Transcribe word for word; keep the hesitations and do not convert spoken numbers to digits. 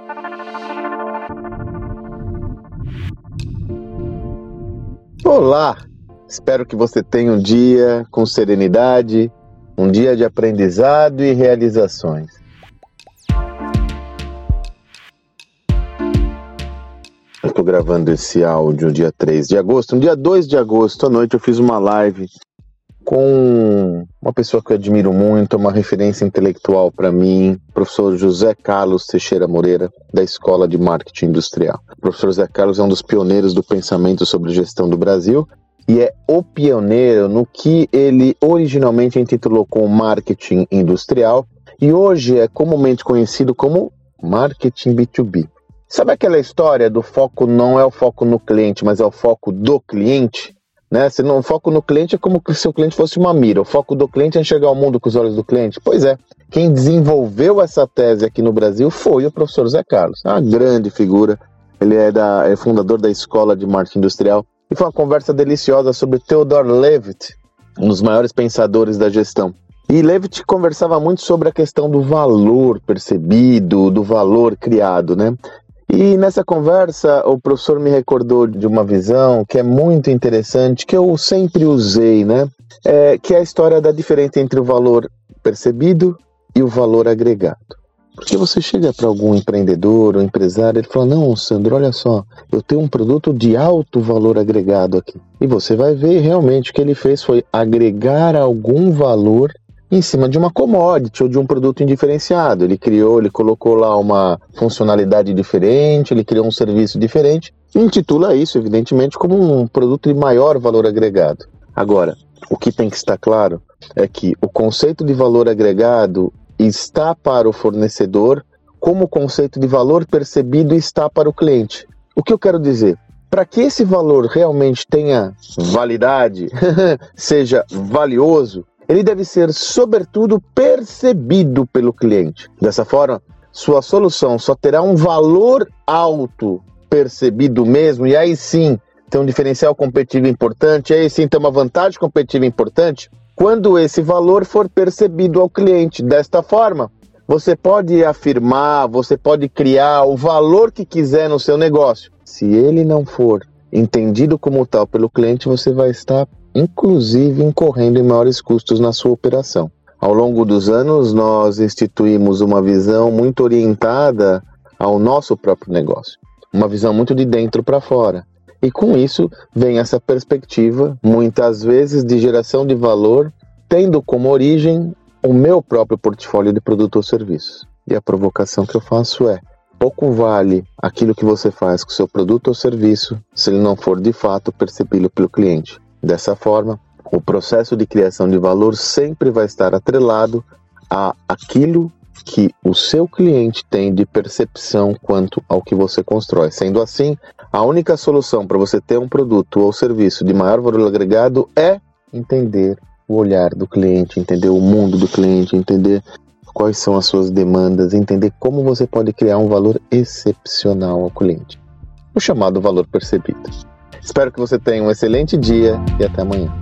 Olá! Espero que você tenha um dia com serenidade, um dia de aprendizado e realizações. Eu estou gravando esse áudio dia três de agosto. No dia dois de agosto, à noite, eu fiz uma live com uma pessoa que eu admiro muito, uma referência intelectual para mim, o professor José Carlos Teixeira Moreira, da Escola de Marketing Industrial. O professor José Carlos é um dos pioneiros do pensamento sobre gestão do Brasil e é o pioneiro no que ele originalmente intitulou como marketing industrial e hoje é comumente conhecido como marketing B dois B. Sabe aquela história do foco não é o foco no cliente, mas é o foco do cliente? Né? Se não, o foco no cliente é como se o cliente fosse uma mira. O foco do cliente é enxergar o mundo com os olhos do cliente. Pois é, quem desenvolveu essa tese aqui no Brasil foi o professor Zé Carlos. Uma grande figura. Ele é, da, é fundador da Escola de Marketing Industrial. E foi uma conversa deliciosa sobre Theodore Levitt, um dos maiores pensadores da gestão. E Levitt conversava muito sobre a questão do valor percebido, do valor criado, né? E nessa conversa, o professor me recordou de uma visão que é muito interessante, que eu sempre usei, né? É, que é a história da diferença entre o valor percebido e o valor agregado. Porque você chega para algum empreendedor ou empresário, ele fala, não, Sandro, olha só, eu tenho um produto de alto valor agregado aqui. E você vai ver realmente o que ele fez foi agregar algum valor em cima de uma commodity ou de um produto indiferenciado. Ele criou, ele colocou lá uma funcionalidade diferente, ele criou um serviço diferente e intitula isso, evidentemente, como um produto de maior valor agregado. Agora, o que tem que estar claro é que o conceito de valor agregado está para o fornecedor como o conceito de valor percebido está para o cliente. O que eu quero dizer? Para que esse valor realmente tenha validade, seja valioso, ele deve ser, sobretudo, percebido pelo cliente. Dessa forma, sua solução só terá um valor alto percebido mesmo, e aí sim tem um diferencial competitivo importante, e aí sim tem uma vantagem competitiva importante, quando esse valor for percebido ao cliente. Desta forma, você pode afirmar, você pode criar o valor que quiser no seu negócio. Se ele não for entendido como tal pelo cliente, você vai estar inclusive incorrendo em maiores custos na sua operação. Ao longo dos anos, nós instituímos uma visão muito orientada ao nosso próprio negócio, uma visão muito de dentro para fora. E com isso vem essa perspectiva, muitas vezes, de geração de valor, tendo como origem o meu próprio portfólio de produto ou serviços. E a provocação que eu faço é, pouco vale aquilo que você faz com o seu produto ou serviço se ele não for de fato percebido pelo cliente. Dessa forma, o processo de criação de valor sempre vai estar atrelado a aquilo que o seu cliente tem de percepção quanto ao que você constrói. Sendo assim, a única solução para você ter um produto ou serviço de maior valor agregado é entender o olhar do cliente, entender o mundo do cliente, entender quais são as suas demandas, entender como você pode criar um valor excepcional ao cliente. O chamado valor percebido. Espero que você tenha um excelente dia e até amanhã.